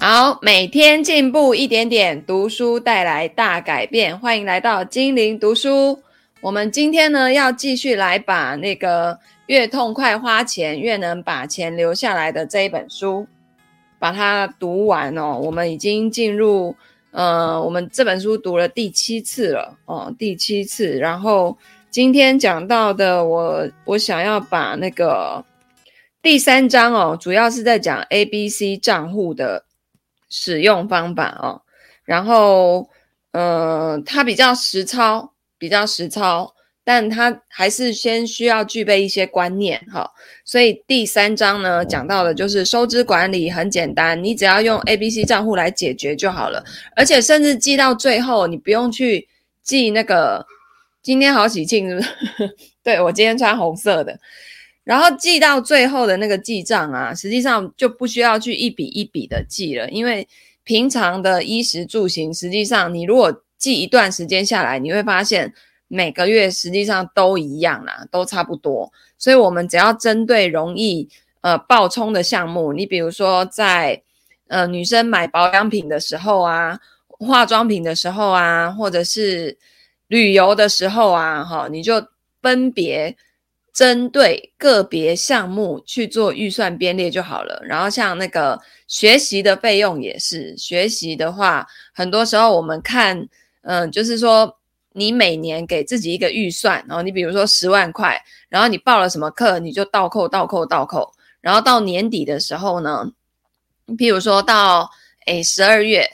好，每天进步一点点，读书带来大改变。欢迎来到精灵读书。我们今天呢，要继续来把那个越痛快花钱，越能把钱留下来的这一本书，把它读完哦。我们已经进入我们这本书读了第7次了哦，第7次。然后今天讲到的，我想要把那个第3章哦，主要是在讲 ABC 账户的使用方法哦，然后它比较实操，但它还是先需要具备一些观念哈。所以第3章呢讲到的就是收支管理很简单，你只要用 ABC 账户来解决就好了，而且甚至记到最后，你不用去记那个今天好喜庆是不是？对，我今天穿红色的。然后记到最后的那个记账啊，实际上就不需要去一笔一笔的记了，因为平常的衣食住行，实际上你如果记一段时间下来，你会发现每个月实际上都一样啦，都差不多。所以我们只要针对容易爆冲的项目，你比如说在女生买保养品的时候啊，化妆品的时候啊，或者是旅游的时候啊，你就分别针对个别项目去做预算编列就好了。然后像那个学习的费用也是，学习的话很多时候我们看就是说你每年给自己一个预算，然后你比如说10万块，然后你报了什么课你就倒扣，然后到年底的时候呢，譬如说到12月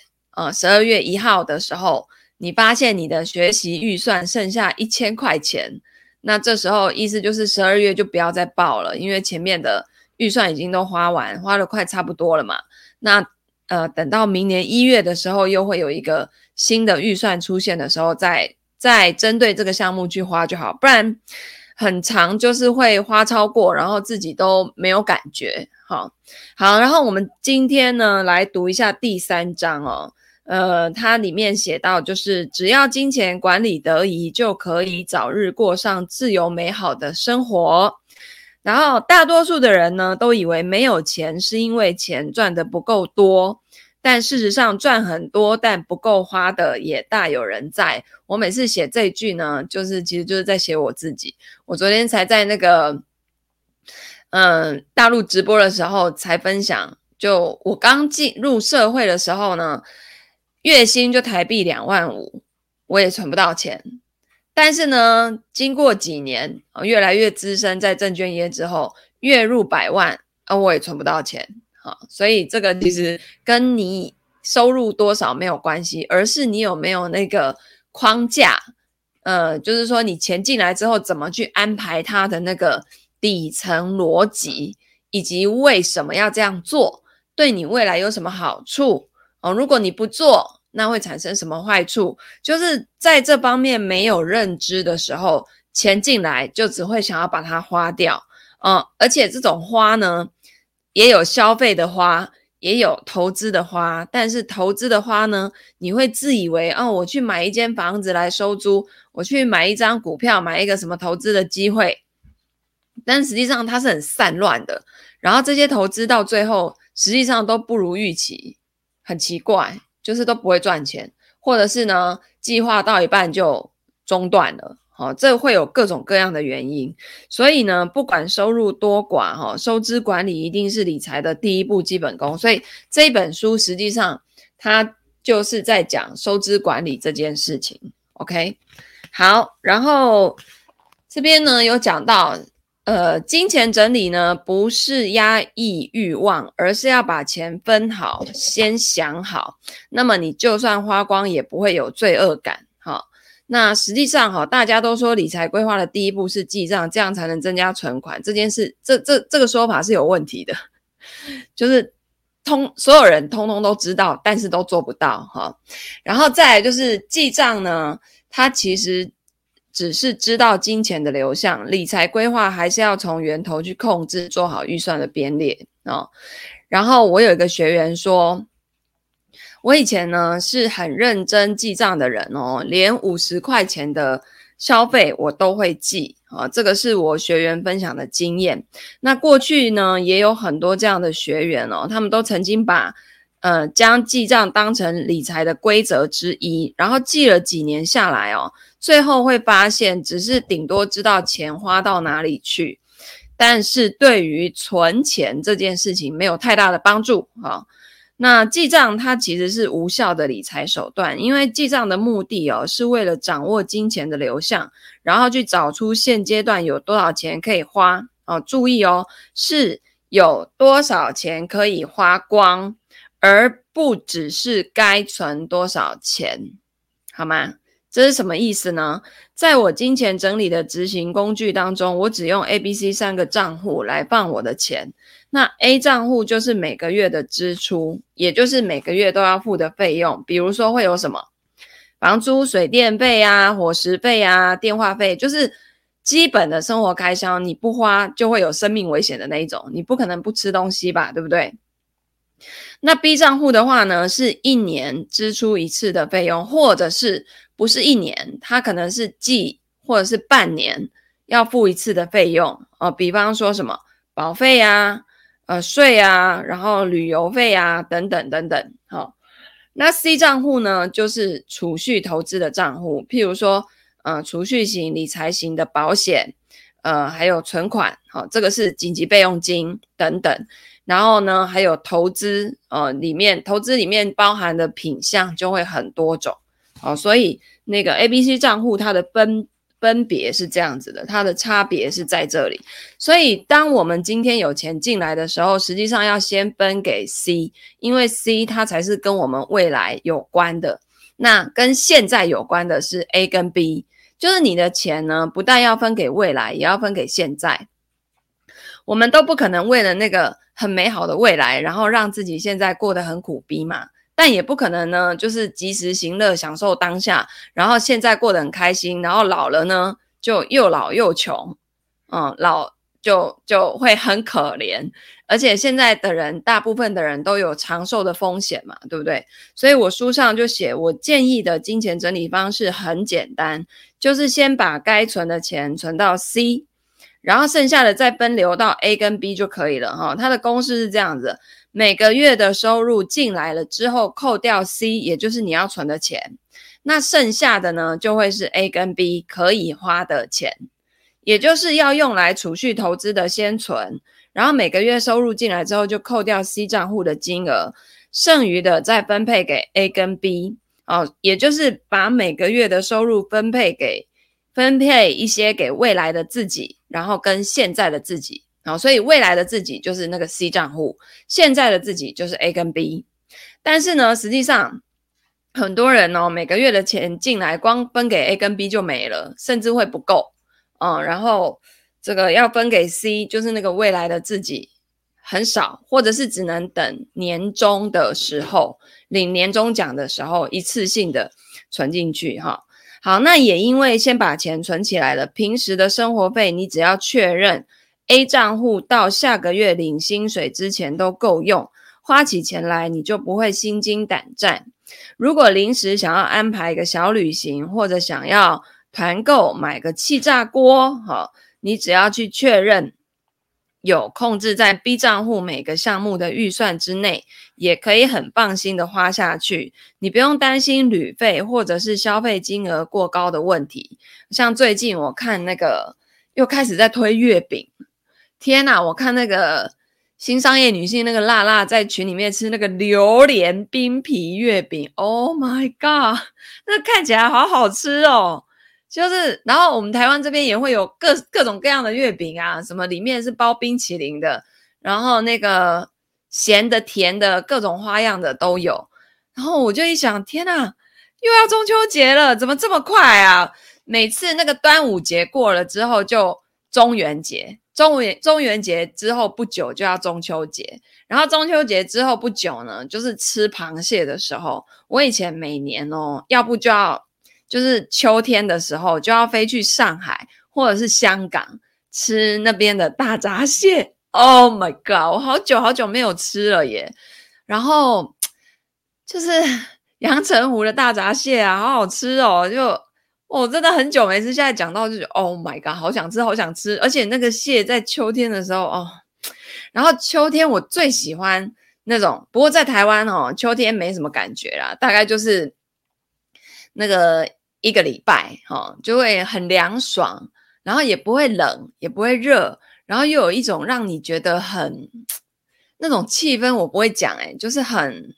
1号的时候，你发现你的学习预算剩下1000块钱，那这时候意思就是12月就不要再报了，因为前面的预算已经都花了快差不多了嘛。那等到明年1月的时候又会有一个新的预算出现的时候，再针对这个项目去花就好，不然很长就是会花超过，然后自己都没有感觉。好，然后我们今天呢来读一下第3章哦。它里面写到就是只要金钱管理得宜，就可以早日过上自由美好的生活。然后大多数的人呢都以为没有钱是因为钱赚得不够多，但事实上赚很多但不够花的也大有人在。我每次写这一句呢，其实就是在写我自己。我昨天才在那个大陆直播的时候才分享，就我刚进入社会的时候呢，月薪就台币2万5，我也存不到钱。但是呢，经过几年越来越资深，在证券业之后，月入100万，我也存不到钱。所以这个其实跟你收入多少没有关系，而是你有没有那个框架，就是说你钱进来之后怎么去安排它的那个底层逻辑，以及为什么要这样做，对你未来有什么好处如果你不做，那会产生什么坏处，就是在这方面没有认知的时候，钱进来就只会想要把它花掉而且这种花呢，也有消费的花，也有投资的花。但是投资的花呢，你会自以为我去买一间房子来收租，我去买一张股票，买一个什么投资的机会，但实际上它是很散乱的，然后这些投资到最后实际上都不如预期，很奇怪，就是都不会赚钱，或者是呢计划到一半就中断了这会有各种各样的原因。所以呢不管收入多寡收支管理一定是理财的第一步基本功。所以这一本书实际上它就是在讲收支管理这件事情。 OK， 好，然后这边呢有讲到金钱整理呢不是压抑欲望，而是要把钱分好，先想好，那么你就算花光也不会有罪恶感那实际上大家都说理财规划的第一步是记账，这样才能增加存款。这件事这个说法是有问题的，就是所有人通通都知道，但是都做不到然后再来就是记账呢，它其实只是知道金钱的流向，理财规划还是要从源头去控制，做好预算的编列然后我有一个学员说，我以前呢是很认真记账的人连50块钱的消费我都会记这个是我学员分享的经验。那过去呢也有很多这样的学员他们都曾经把将记账当成理财的规则之一，然后记了几年下来哦，最后会发现只是顶多知道钱花到哪里去，但是对于存钱这件事情没有太大的帮助啊。那记账它其实是无效的理财手段，因为记账的目的是为了掌握金钱的流向，然后去找出现阶段有多少钱可以花注意是有多少钱可以花光，而不只是该存多少钱，好吗？这是什么意思呢？在我金钱整理的执行工具当中，我只用 ABC 3个账户来放我的钱。那 A 账户就是每个月的支出，也就是每个月都要付的费用，比如说会有什么房租、水电费啊、伙食费啊、电话费，就是基本的生活开销，你不花就会有生命危险的那一种，你不可能不吃东西吧，对不对？那 B 账户的话呢，是1年支出一次的费用，或者是不是1年，它可能是季或者是半年要付一次的费用比方说什么保费啊、税啊，然后旅游费啊等等等等。那 C 账户呢，就是储蓄投资的账户，譬如说储蓄型、理财型的保险，还有存款，这个是紧急备用金等等。然后呢，还有投资，投资里面包含的品项就会很多种，所以那个 ABC 账户它的分别是这样子的，它的差别是在这里。所以当我们今天有钱进来的时候，实际上要先分给 C， 因为 C 它才是跟我们未来有关的。那跟现在有关的是 A 跟 B， 就是你的钱呢，不但要分给未来，也要分给现在。我们都不可能为了那个很美好的未来，然后让自己现在过得很苦逼嘛，但也不可能呢就是及时行乐，享受当下，然后现在过得很开心，然后老了呢就又老又穷，老就会很可怜。而且现在的人，大部分的人都有长寿的风险嘛，对不对？所以我书上就写，我建议的金钱整理方式很简单，就是先把该存的钱存到 C，然后剩下的再分流到 A 跟 B 就可以了它的公式是这样子，每个月的收入进来了之后扣掉 C， 也就是你要存的钱，那剩下的呢就会是 A 跟 B 可以花的钱，也就是要用来储蓄投资的先存，然后每个月收入进来之后就扣掉 C 账户的金额，剩余的再分配给 A 跟 B，也就是把每个月的收入分配一些给未来的自己，然后跟现在的自己，所以未来的自己就是那个 C 账户，现在的自己就是 A 跟 B。 但是呢，实际上很多人每个月的钱进来光分给 A 跟 B 就没了，甚至会不够然后这个要分给 C， 就是那个未来的自己很少，或者是只能等年终的时候，领年终奖的时候一次性的存进去好，那也因为先把钱存起来了，平时的生活费你只要确认 A 账户到下个月领薪水之前都够用，花起钱来你就不会心惊胆战。如果临时想要安排一个小旅行，或者想要团购买个气炸锅你只要去确认有控制在 B 账户每个项目的预算之内，也可以很放心的花下去，你不用担心旅费或者是消费金额过高的问题。像最近我看那个又开始在推月饼，天哪，我看那个新商业女性那个辣辣在群里面吃那个榴莲冰皮月饼， Oh my god， 那看起来好好吃就是然后我们台湾这边也会有各种各样的月饼啊，什么里面是包冰淇淋的，然后那个咸的甜的各种花样的都有。然后我就一想，天哪，又要中秋节了，怎么这么快啊？每次那个端午节过了之后就中元节，中元节之后不久就要中秋节，然后中秋节之后不久呢就是吃螃蟹的时候。我以前每年要不就是秋天的时候就要飞去上海或者是香港吃那边的大闸蟹。 Oh my god， 我好久没有吃了耶。然后就是阳澄湖的大闸蟹啊，好好吃就真的很久没吃，现在讲到就觉得 Oh my god， 好想吃。而且那个蟹在秋天的时候然后秋天我最喜欢那种。不过在台湾秋天没什么感觉啦，大概就是那个1个礼拜就会很凉爽，然后也不会冷也不会热，然后又有一种让你觉得很那种气氛，我不会讲就是很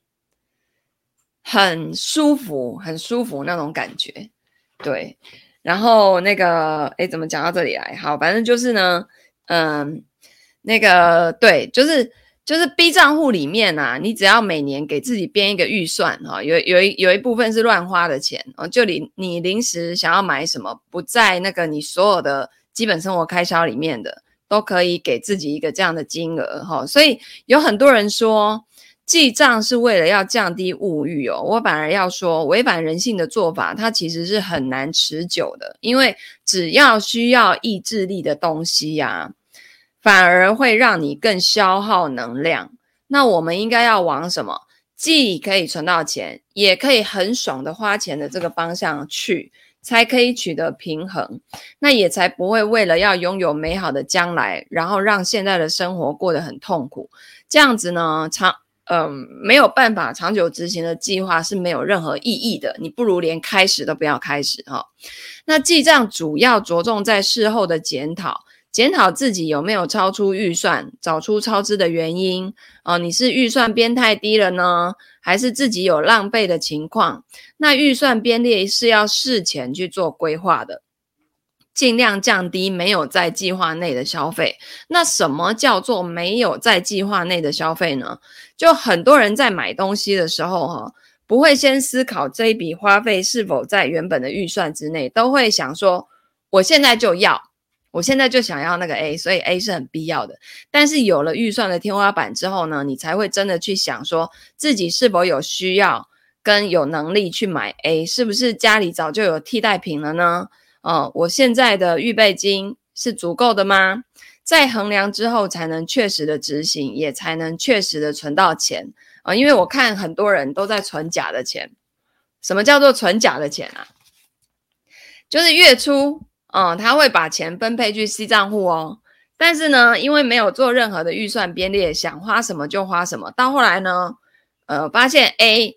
舒服很舒服那种感觉。对，然后那个怎么讲到这里来，好，反正就是呢那个对，就是 B 账户里面啊，你只要每年给自己编一个预算有一部分是乱花的钱就你临时想要买什么，不在那个你所有的基本生活开销里面的，都可以给自己一个这样的金额所以有很多人说记账是为了要降低物欲我反而要说违反人性的做法它其实是很难持久的，因为只要需要意志力的东西反而会让你更消耗能量。那我们应该要往什么？既可以存到钱，也可以很爽的花钱的这个方向去，才可以取得平衡。那也才不会为了要拥有美好的将来，然后让现在的生活过得很痛苦。这样子呢，没有办法长久执行的计划是没有任何意义的，你不如连开始都不要开始那记账主要着重在事后的检讨自己有没有超出预算，找出超支的原因你是预算编太低了呢，还是自己有浪费的情况？那预算编列是要事前去做规划的，尽量降低没有在计划内的消费。那什么叫做没有在计划内的消费呢？就很多人在买东西的时候不会先思考这一笔花费是否在原本的预算之内，都会想说我现在就想要那个 A， 所以 A 是很必要的。但是有了预算的天花板之后呢，你才会真的去想说自己是否有需要跟有能力去买 A， 是不是家里早就有替代品了呢？我现在的预备金是足够的吗？在衡量之后才能确实的执行，也才能确实的存到钱因为我看很多人都在存假的钱。什么叫做存假的钱啊？就是月初他会把钱分配去 C 账户但是呢，因为没有做任何的预算编列，想花什么就花什么，到后来呢发现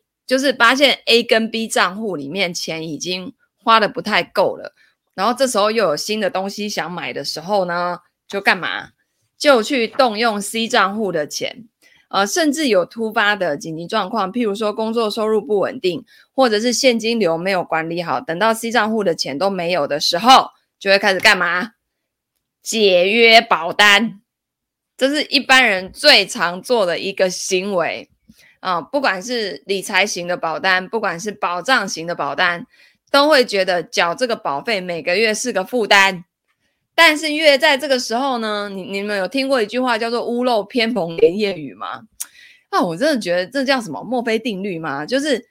A 跟 B 账户里面钱已经花的不太够了，然后这时候又有新的东西想买的时候呢，就干嘛？就去动用 C 账户的钱甚至有突发的紧急状况，譬如说工作收入不稳定，或者是现金流没有管理好，等到 C 账户的钱都没有的时候，就会开始干嘛？解约保单。这是一般人最常做的一个行为不管是理财型的保单，不管是保障型的保单，都会觉得缴这个保费每个月是个负担。但是越在这个时候呢，你们有听过一句话叫做屋漏偏逢连夜雨吗？我真的觉得这叫什么墨菲定律吗？就是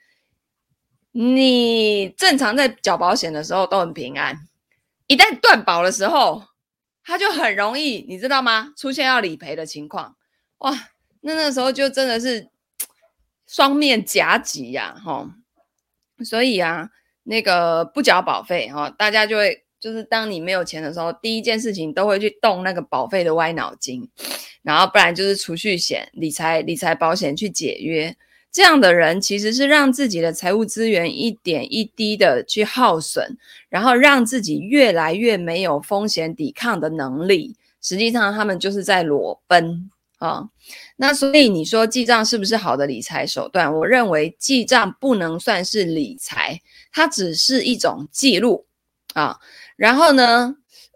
你正常在缴保险的时候都很平安，一旦断保的时候，它就很容易，你知道吗？出现要理赔的情况。哇，那时候就真的是双面夹击所以那个不缴保费大家就会就是当你没有钱的时候，第一件事情都会去动那个保费的歪脑筋，然后不然就是储蓄险、理财保险去解约。这样的人其实是让自己的财务资源一点一滴的去耗损，然后让自己越来越没有风险抵抗的能力。实际上他们就是在裸奔那所以你说记账是不是好的理财手段？我认为记账不能算是理财，它只是一种记录然后呢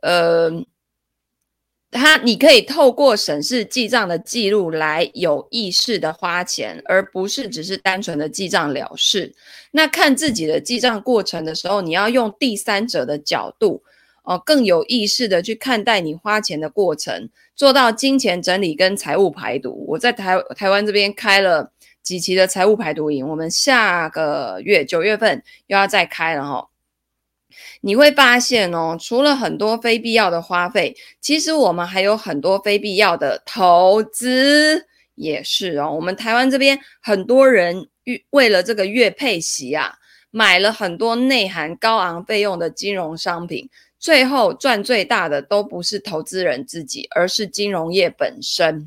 你可以透过审视记账的记录来有意识的花钱，而不是只是单纯的记账了事。那看自己的记账过程的时候，你要用第三者的角度更有意识的去看待你花钱的过程，做到金钱整理跟财务排毒。我在台湾这边开了几期的财务排毒营，我们下个月9月份又要再开了你会发现除了很多非必要的花费，其实我们还有很多非必要的投资也是我们台湾这边很多人为了这个月配息买了很多内含高昂费用的金融商品，最后赚最大的都不是投资人自己，而是金融业本身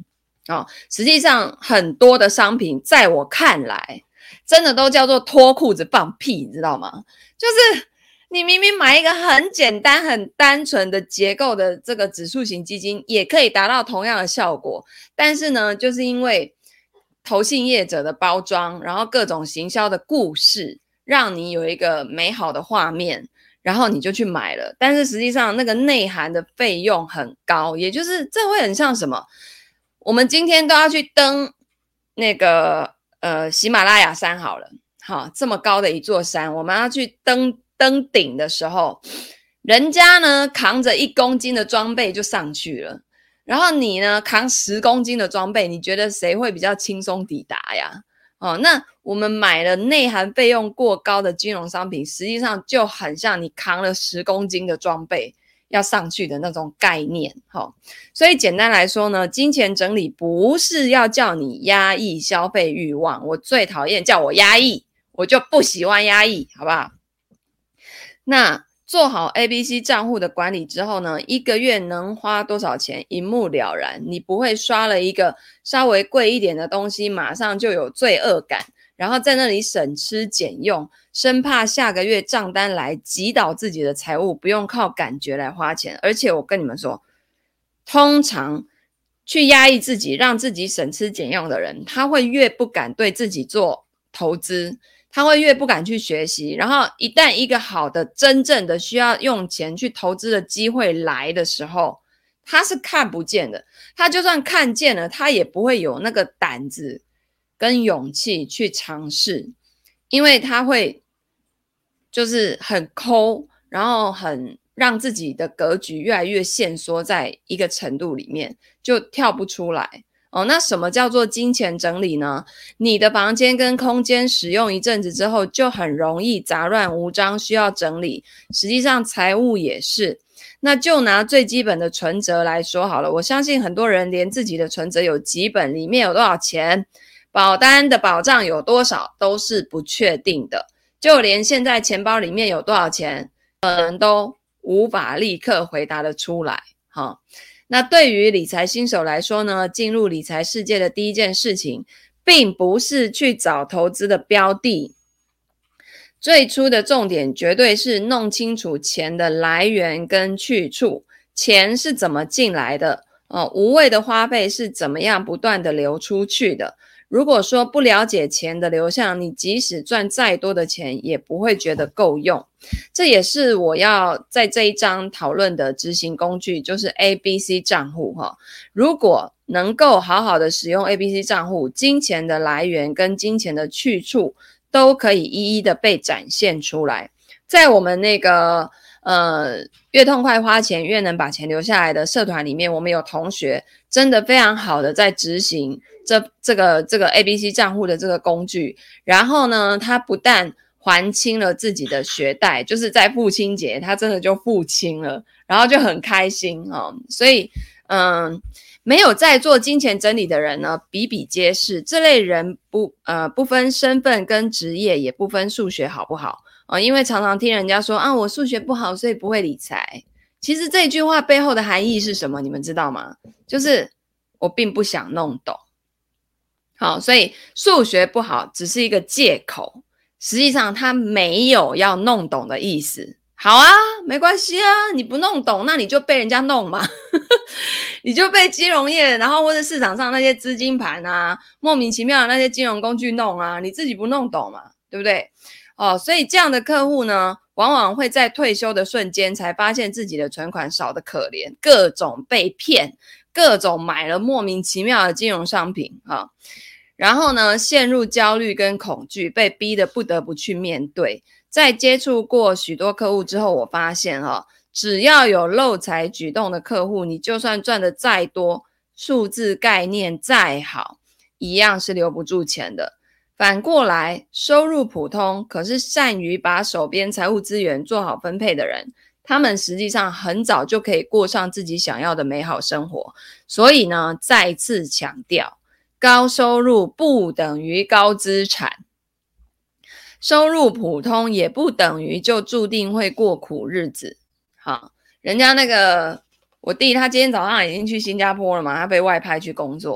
实际上很多的商品在我看来真的都叫做脱裤子放屁，你知道吗？就是你明明买一个很简单很单纯的结构的这个指数型基金也可以达到同样的效果，但是呢就是因为投信业者的包装，然后各种行销的故事，让你有一个美好的画面，然后你就去买了，但是实际上那个内涵的费用很高，也就是这会很像什么，我们今天都要去登那个喜马拉雅山好了，好，这么高的一座山，我们要去登顶的时候，人家呢扛着1公斤的装备就上去了，然后你呢扛10公斤的装备，你觉得谁会比较轻松抵达呀？那我们买了内涵费用过高的金融商品，实际上就很像你扛了10公斤的装备要上去的那种概念。所以简单来说呢，金钱整理不是要叫你压抑消费欲望，我最讨厌叫我压抑，我就不喜欢压抑，好不好？那做好 ABC 账户的管理之后呢，1个月能花多少钱一目了然，你不会刷了一个稍微贵一点的东西马上就有罪恶感，然后在那里省吃俭用，生怕下个月账单来击倒自己的财务，不用靠感觉来花钱。而且我跟你们说，通常去压抑自己让自己省吃俭用的人，他会越不敢对自己做投资，他会越不敢去学习，然后一旦一个好的真正的需要用钱去投资的机会来的时候，他是看不见的，他就算看见了，他也不会有那个胆子跟勇气去尝试，因为他会就是很抠，然后很让自己的格局越来越限缩在一个程度里面，就跳不出来。那什么叫做金钱整理呢？你的房间跟空间使用一阵子之后，就很容易杂乱无章，需要整理。实际上财务也是。那就拿最基本的存折来说好了，我相信很多人连自己的存折有几本，里面有多少钱，保单的保障有多少都是不确定的，就连现在钱包里面有多少钱，可能都无法立刻回答得出来。那对于理财新手来说呢，进入理财世界的第一件事情，并不是去找投资的标的，最初的重点绝对是弄清楚钱的来源跟去处，钱是怎么进来的，无谓的花费是怎么样不断的流出去的。如果说不了解钱的流向，你即使赚再多的钱也不会觉得够用。这也是我要在这一章讨论的执行工具，就是 ABC 账户。如果能够好好的使用 ABC 账户，金钱的来源跟金钱的去处都可以一一的被展现出来。在我们那个越痛快花钱越能把钱留下来的社团里面，我们有同学真的非常好的在执行这个 ABC 账户的这个工具，然后呢他不但还清了自己的学贷，就是在父亲节他真的就付清了，然后就很开心。所以没有在做金钱整理的人呢比比皆是，这类人不分身份跟职业，也不分数学好不好，因为常常听人家说我数学不好所以不会理财，其实这句话背后的含义是什么你们知道吗？就是我并不想弄懂。好，所以数学不好只是一个借口，实际上他没有要弄懂的意思。好啊，没关系啊，你不弄懂那你就被人家弄嘛你就被金融业然后或者市场上那些资金盘啊，莫名其妙的那些金融工具弄啊，你自己不弄懂嘛，对不对？所以这样的客户呢，往往会在退休的瞬间才发现自己的存款少得可怜，各种被骗，各种买了莫名其妙的金融商品然后呢陷入焦虑跟恐惧，被逼得不得不去面对。在接触过许多客户之后，我发现只要有漏财举动的客户，你就算赚的再多，数字概念再好，一样是留不住钱的。反过来，收入普通，可是善于把手边财务资源做好分配的人，他们实际上很早就可以过上自己想要的美好生活。所以呢，再次强调，高收入不等于高资产，收入普通也不等于就注定会过苦日子。好，人家那个我弟他今天早上已经去新加坡了嘛，他被外派去工作，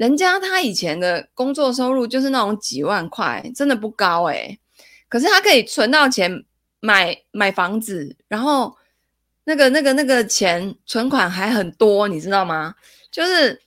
人家他以前的工作收入就是那种几万块，真的不高可是他可以存到钱买房子，然后那个钱存款还很多，你知道吗？就是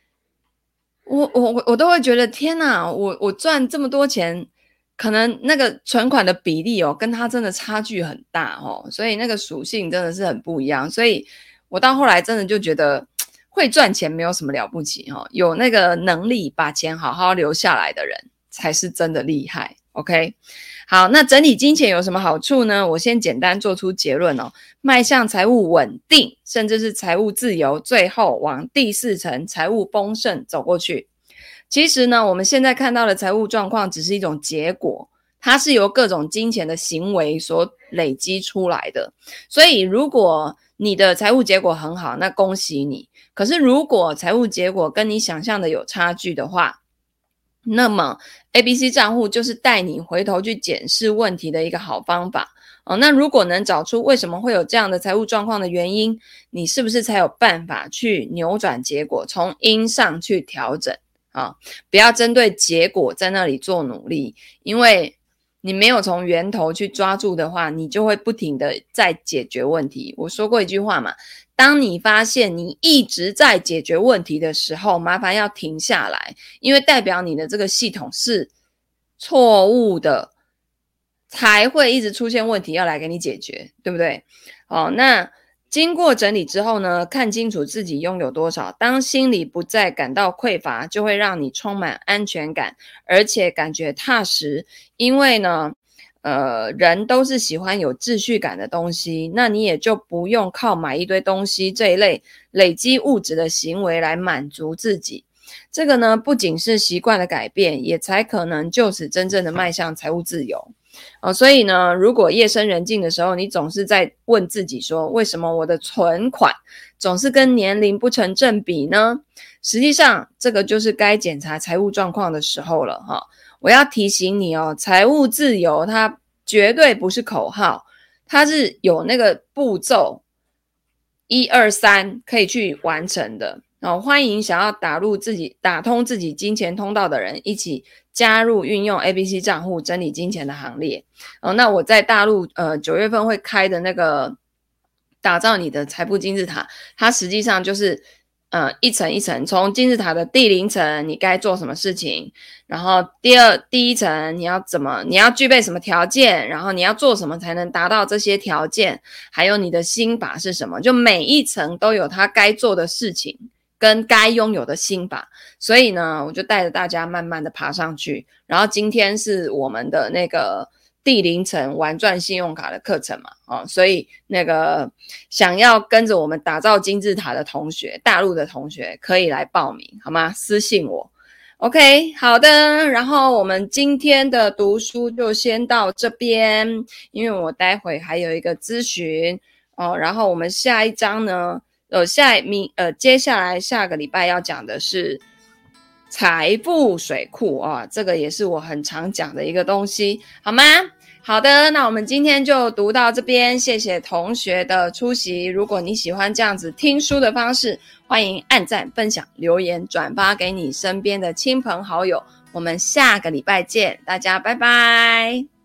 我都会觉得天哪，我赚这么多钱，可能那个存款的比例跟他真的差距很大所以那个属性真的是很不一样。所以我到后来真的就觉得会赚钱没有什么了不起有那个能力把钱好好留下来的人才是真的厉害。OK， 好，那整理金钱有什么好处呢？我先简单做出结论迈向财务稳定，甚至是财务自由，最后往第4层财务丰盛走过去。其实呢，我们现在看到的财务状况只是一种结果，它是由各种金钱的行为所累积出来的。所以如果你的财务结果很好，那恭喜你。可是如果财务结果跟你想象的有差距的话，那么 ABC 账户就是带你回头去检视问题的一个好方法那如果能找出为什么会有这样的财务状况的原因，你是不是才有办法去扭转结果，从因上去调整不要针对结果在那里做努力，因为你没有从源头去抓住的话，你就会不停的在解决问题。我说过一句话嘛，当你发现你一直在解决问题的时候，麻烦要停下来，因为代表你的这个系统是错误的，才会一直出现问题要来给你解决，对不对？那经过整理之后呢，看清楚自己拥有多少，当心里不再感到匮乏，就会让你充满安全感，而且感觉踏实。因为呢人都是喜欢有秩序感的东西，那你也就不用靠买一堆东西这一类累积物质的行为来满足自己。这个呢，不仅是习惯的改变，也才可能就此真正的迈向财务自由所以呢，如果夜深人静的时候，你总是在问自己说，为什么我的存款总是跟年龄不成正比呢？实际上，这个就是该检查财务状况的时候了我要提醒你财务自由它绝对不是口号，它是有那个步骤1、2、3可以去完成的欢迎想要打通自己金钱通道的人一起加入运用 ABC 账户整理金钱的行列那我在大陆9月份会开的那个打造你的财富金字塔，它实际上就是一层一层，从金字塔的第0层你该做什么事情，然后第一层你要具备什么条件，然后你要做什么才能达到这些条件，还有你的心法是什么，就每一层都有它该做的事情跟该拥有的心法。所以呢，我就带着大家慢慢的爬上去，然后今天是我们的那个第0层玩转信用卡的课程嘛所以那个想要跟着我们打造金字塔的同学，大陆的同学可以来报名好吗？私信我。OK， 好的，然后我们今天的读书就先到这边，因为我待会还有一个咨询然后我们下一章呢接下来下个礼拜要讲的是财富水库这个也是我很常讲的一个东西，好吗？好的，那我们今天就读到这边，谢谢同学的出席。如果你喜欢这样子听书的方式，欢迎按赞、分享、留言、转发给你身边的亲朋好友。我们下个礼拜见，大家拜拜。